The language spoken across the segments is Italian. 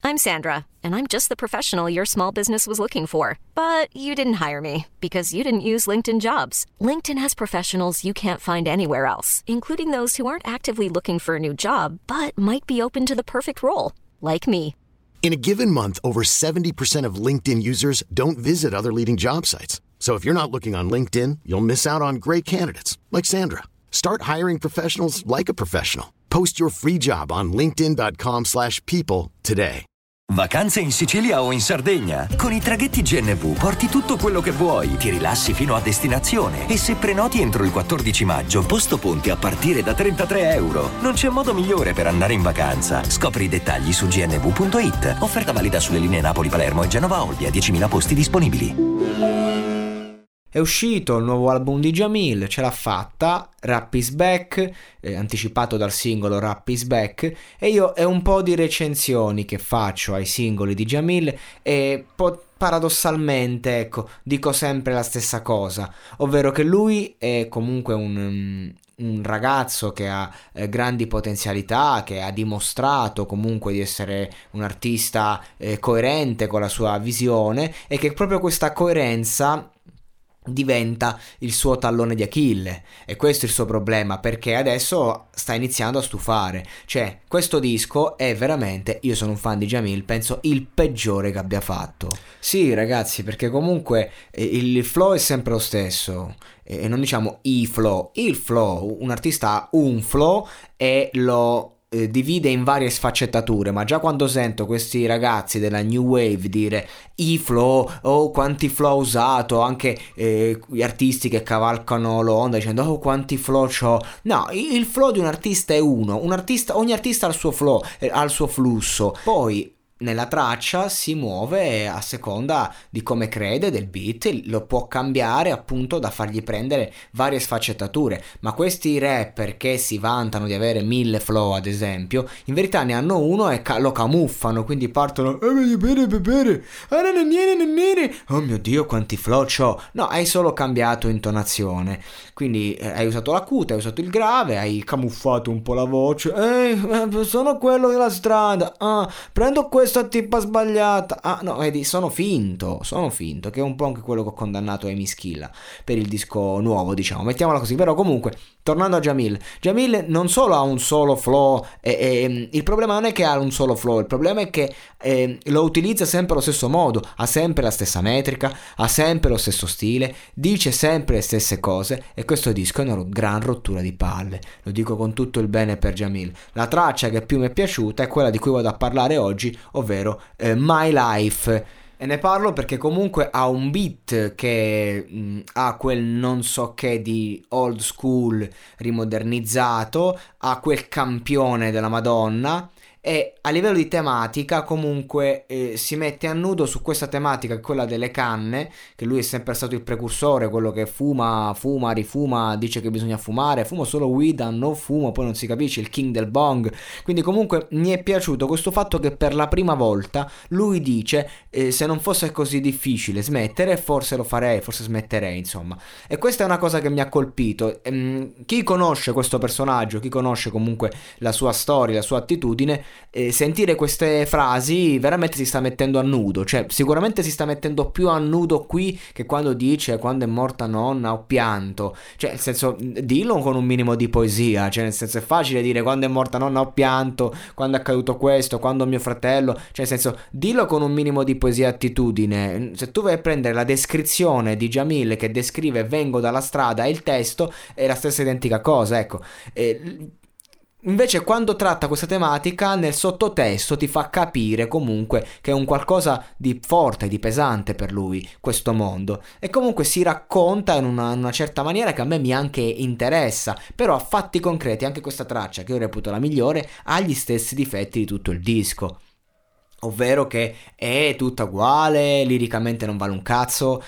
I'm Sandra, and I'm just the professional your small business was looking for. But you didn't hire me because you didn't use LinkedIn Jobs. LinkedIn has professionals you can't find anywhere else, including those who aren't actively looking for a new job, but might be open to the perfect role, like me. In a given month, over 70% of LinkedIn users don't visit other leading job sites. So if you're not looking on LinkedIn, you'll miss out on great candidates like Sandra. Start hiring professionals like a professional. Post your free job on linkedin.com/people today. Vacanze in Sicilia o in Sardegna? Con i traghetti GNV porti tutto quello che vuoi, ti rilassi fino a destinazione e se prenoti entro il 14 maggio, posto ponti a partire da €33. Non c'è modo migliore per andare in vacanza. Scopri i dettagli su gnv.it. Offerta valida sulle linee Napoli-Palermo e Genova-Olbia, 10.000 posti disponibili. È uscito il nuovo album di Jamil, ce l'ha fatta, Rap is Back, anticipato dal singolo Rap is Back, e io è un po' di recensioni che faccio ai singoli di Jamil e paradossalmente, ecco, dico sempre la stessa cosa, ovvero che lui è comunque un ragazzo che ha grandi potenzialità, che ha dimostrato comunque di essere un artista coerente con la sua visione e che proprio questa coerenza diventa il suo tallone di Achille, e questo è il suo problema, perché adesso sta iniziando a stufare. Cioè, questo disco è veramente, io sono un fan di Jamil, penso il peggiore che abbia fatto. Sì ragazzi, perché comunque il flow è sempre lo stesso, e non diciamo il flow, un artista ha un flow e lo divide in varie sfaccettature, ma già quando sento questi ragazzi della New Wave dire i flow, oh quanti flow ho usato, anche gli artisti che cavalcano l'onda dicendo oh quanti flow c'ho, no, il flow di un artista è uno, ogni artista ha il suo flow, ha il suo flusso, poi nella traccia si muove a seconda di come crede del beat, lo può cambiare appunto da fargli prendere varie sfaccettature, ma questi rapper che si vantano di avere 1000 flow ad esempio, in verità ne hanno uno e lo camuffano, quindi partono oh mio Dio quanti flow c'ho, no, hai solo cambiato intonazione, quindi hai usato l'acute, hai usato il grave, hai camuffato un po' la voce, sono quello della strada, prendo questa tipa sbagliata, no, vedi, sono finto, che è un po' anche quello che ho condannato Amy Schilla per il disco nuovo, diciamo, mettiamola così. Però comunque, tornando a Jamil non solo ha un solo flow, il problema non è che ha un solo flow, il problema è che lo utilizza sempre allo stesso modo, ha sempre la stessa metrica, ha sempre lo stesso stile, dice sempre le stesse cose, e questo disco è una gran rottura di palle, lo dico con tutto il bene per Jamil. La traccia che più mi è piaciuta è quella di cui vado a parlare oggi, ovvero My Life, e ne parlo perché comunque ha un beat che ha quel non so che di old school rimodernizzato, ha quel campione della Madonna, e a livello di tematica comunque si mette a nudo su questa tematica, che è quella delle canne, che lui è sempre stato il precursore, quello che fuma, rifuma, dice che bisogna fumare, fumo solo weed, non fumo, poi non si capisce, il king del bong. Quindi comunque mi è piaciuto questo fatto che per la prima volta lui dice se non fosse così difficile smettere forse lo farei, forse smetterei, insomma, e questa è una cosa che mi ha colpito. Chi conosce questo personaggio, chi conosce comunque la sua storia, la sua attitudine, sentire queste frasi veramente si sta mettendo a nudo, cioè sicuramente si sta mettendo più a nudo qui che quando dice quando è morta nonna ho pianto, cioè nel senso, dillo con un minimo di poesia, cioè nel senso è facile dire quando è morta nonna ho pianto, quando è accaduto questo, quando mio fratello, cioè nel senso dillo con un minimo di poesia e attitudine. Se tu vai a prendere la descrizione di Jamil che descrive vengo dalla strada e il testo è la stessa identica cosa, ecco. Invece quando tratta questa tematica nel sottotesto ti fa capire comunque che è un qualcosa di forte, di pesante per lui questo mondo, e comunque si racconta in una certa maniera che a me mi anche interessa, però a fatti concreti anche questa traccia, che io reputo la migliore, ha gli stessi difetti di tutto il disco. Ovvero che è tutta uguale, liricamente non vale un cazzo,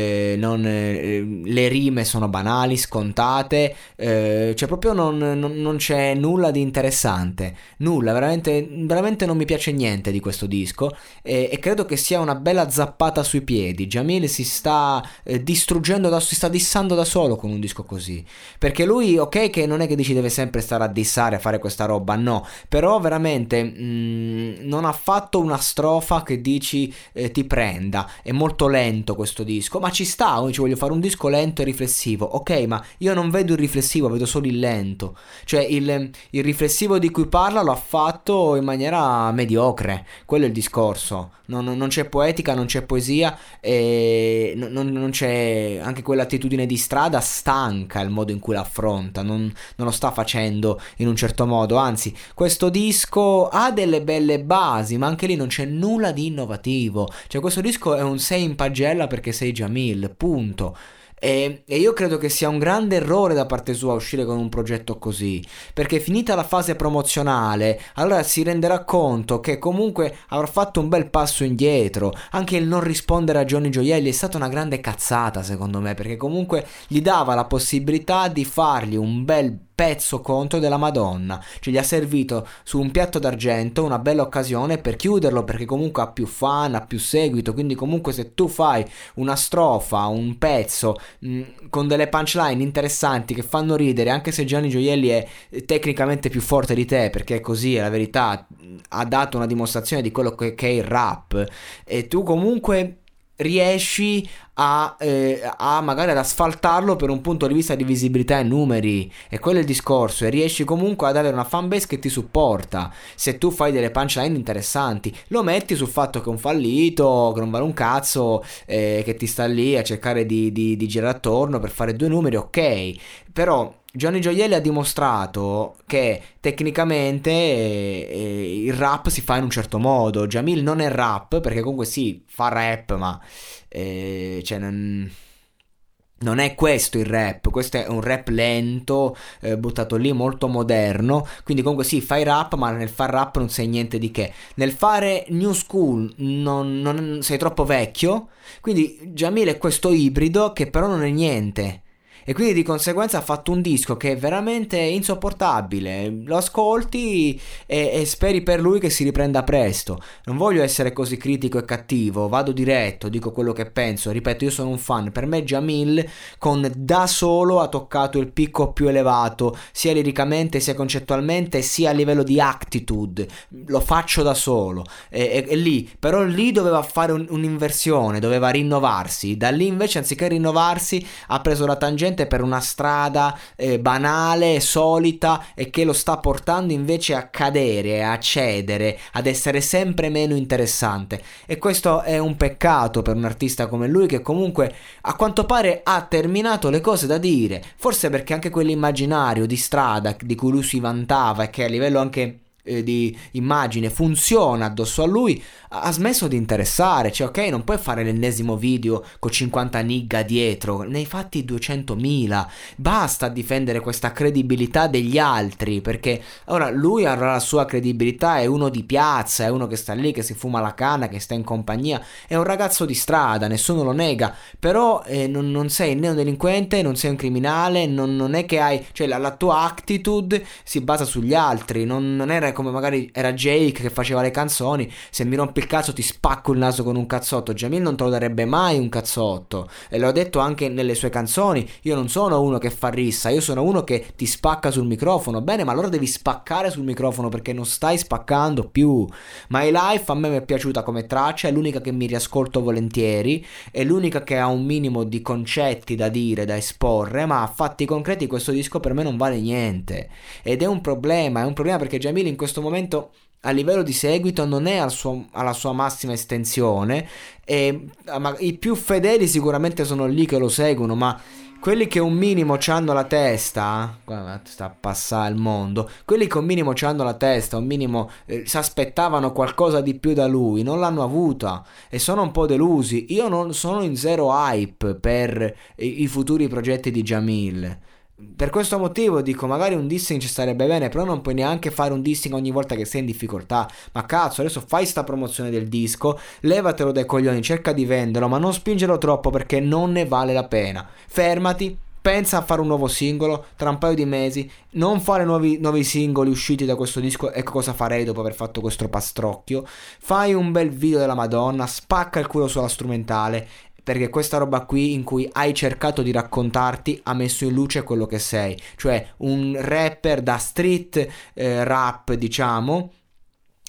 le rime sono banali, scontate, cioè proprio non c'è nulla di interessante, nulla, veramente non mi piace niente di questo disco, e credo che sia una bella zappata sui piedi. Jamil si sta distruggendo, si sta dissando da solo con un disco così, perché lui ok che non è che dici deve sempre stare a dissare, a fare questa roba, no, però veramente non ha fatto una una strofa che dici ti prenda. È molto lento questo disco, ma ci sta, ci voglio fare un disco lento e riflessivo. Ok, ma io non vedo il riflessivo, vedo solo il lento. Cioè il riflessivo di cui parla lo ha fatto in maniera mediocre, quello è il discorso. Non c'è poetica, non c'è poesia, e non c'è anche quell'attitudine di strada stanca, il modo in cui l'affronta, non lo sta facendo in un certo modo. Anzi, questo disco ha delle belle basi, ma anche lì non c'è nulla di innovativo. Cioè questo disco è un sei in pagella perché sei Jamil, punto. E io credo che sia un grande errore da parte sua uscire con un progetto così, perché finita la fase promozionale allora si renderà conto che comunque avrà fatto un bel passo indietro. Anche il non rispondere a Johnny Gioielli è stata una grande cazzata secondo me, perché comunque gli dava la possibilità di fargli un bel pezzo contro della Madonna, cioè gli ha servito su un piatto d'argento una bella occasione per chiuderlo, perché comunque ha più fan, ha più seguito. Quindi comunque se tu fai una strofa, un pezzo con delle punchline interessanti che fanno ridere, anche se Gianni Gioielli è tecnicamente più forte di te, perché è così, è la verità, ha dato una dimostrazione di quello che è il rap, e tu comunque riesci a magari ad asfaltarlo per un punto di vista di visibilità e numeri, e quello è il discorso, e riesci comunque ad avere una fanbase che ti supporta. Se tu fai delle punchline interessanti, lo metti sul fatto che è un fallito, che non vale un cazzo, che ti sta lì a cercare di girare attorno per fare due numeri, ok, però Johnny Gioielli ha dimostrato che tecnicamente il rap si fa in un certo modo. Jamil non è rap, perché comunque sì, fa rap, ma cioè non è questo il rap. Questo è un rap lento, buttato lì, molto moderno. Quindi comunque sì, fai rap, ma nel far rap non sei niente di che. Nel fare new school non sei troppo vecchio. Quindi Jamil è questo ibrido che però non è niente. E quindi di conseguenza ha fatto un disco che è veramente insopportabile. Lo ascolti e speri per lui che si riprenda presto. Non voglio essere così critico e cattivo, vado diretto, dico quello che penso. Ripeto, io sono un fan. Per me Jamil con Da Solo ha toccato il picco più elevato, sia liricamente sia concettualmente sia a livello di attitude. Lo faccio da solo, e lì, però lì doveva fare un'inversione, doveva rinnovarsi. Da lì invece, anziché rinnovarsi, ha preso la tangente per una strada banale, solita, e che lo sta portando invece a cadere, a cedere, ad essere sempre meno interessante. E questo è un peccato per un artista come lui, che comunque a quanto pare ha terminato le cose da dire, forse perché anche quell'immaginario di strada di cui lui si vantava e che a livello anche di immagine funziona addosso a lui, ha smesso di interessare. Cioè ok, non puoi fare l'ennesimo video con 50 nigga dietro, ne hai fatti 200.000, basta difendere questa credibilità degli altri, perché ora lui avrà la sua credibilità, è uno di piazza, è uno che sta lì, che si fuma la canna, che sta in compagnia, è un ragazzo di strada, nessuno lo nega, però non sei né un delinquente, non sei un criminale, non è che hai, cioè la tua attitude si basa sugli altri, non era come magari era Jake che faceva le canzoni: se mi rompi il cazzo ti spacco il naso con un cazzotto. Jamil non te lo darebbe mai un cazzotto, e l'ho detto anche nelle sue canzoni: io non sono uno che fa rissa, io sono uno che ti spacca sul microfono. Bene, ma allora devi spaccare sul microfono, perché non stai spaccando più. My Life a me mi è piaciuta come traccia, è l'unica che mi riascolto volentieri, è l'unica che ha un minimo di concetti da dire, da esporre, ma a fatti concreti questo disco per me non vale niente, ed è un problema perché Jamil in questo momento a livello di seguito non è alla sua massima estensione, e i più fedeli sicuramente sono lì che lo seguono, ma quelli che un minimo c'hanno la testa, sta a passare il mondo, quelli che un minimo c'hanno la testa, un minimo si aspettavano qualcosa di più da lui, non l'hanno avuta e sono un po' delusi. Io non sono in zero hype per i futuri progetti di Jamil. Per questo motivo dico, magari un dissing ci starebbe bene, però non puoi neanche fare un dissing ogni volta che sei in difficoltà. Ma cazzo, adesso fai sta promozione del disco, levatelo dai coglioni, cerca di venderlo, ma non spingerlo troppo, perché non ne vale la pena. Fermati, pensa a fare un nuovo singolo tra un paio di mesi, non fare nuovi singoli usciti da questo disco. Ecco cosa farei dopo aver fatto questo pastrocchio: fai un bel video della Madonna, spacca il culo sulla strumentale, perché questa roba qui in cui hai cercato di raccontarti ha messo in luce quello che sei, cioè un rapper da street rap, diciamo,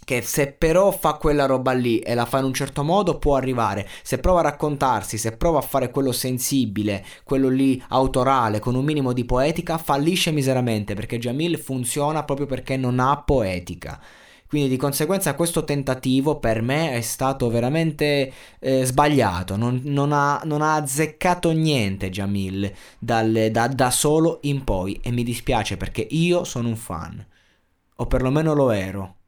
che se però fa quella roba lì e la fa in un certo modo può arrivare, se prova a raccontarsi, se prova a fare quello sensibile, quello lì autorale con un minimo di poetica, fallisce miseramente, perché Jamil funziona proprio perché non ha poetica. Quindi di conseguenza questo tentativo per me è stato veramente sbagliato, non ha azzeccato niente Jamil da solo in poi, e mi dispiace perché io sono un fan, o perlomeno lo ero.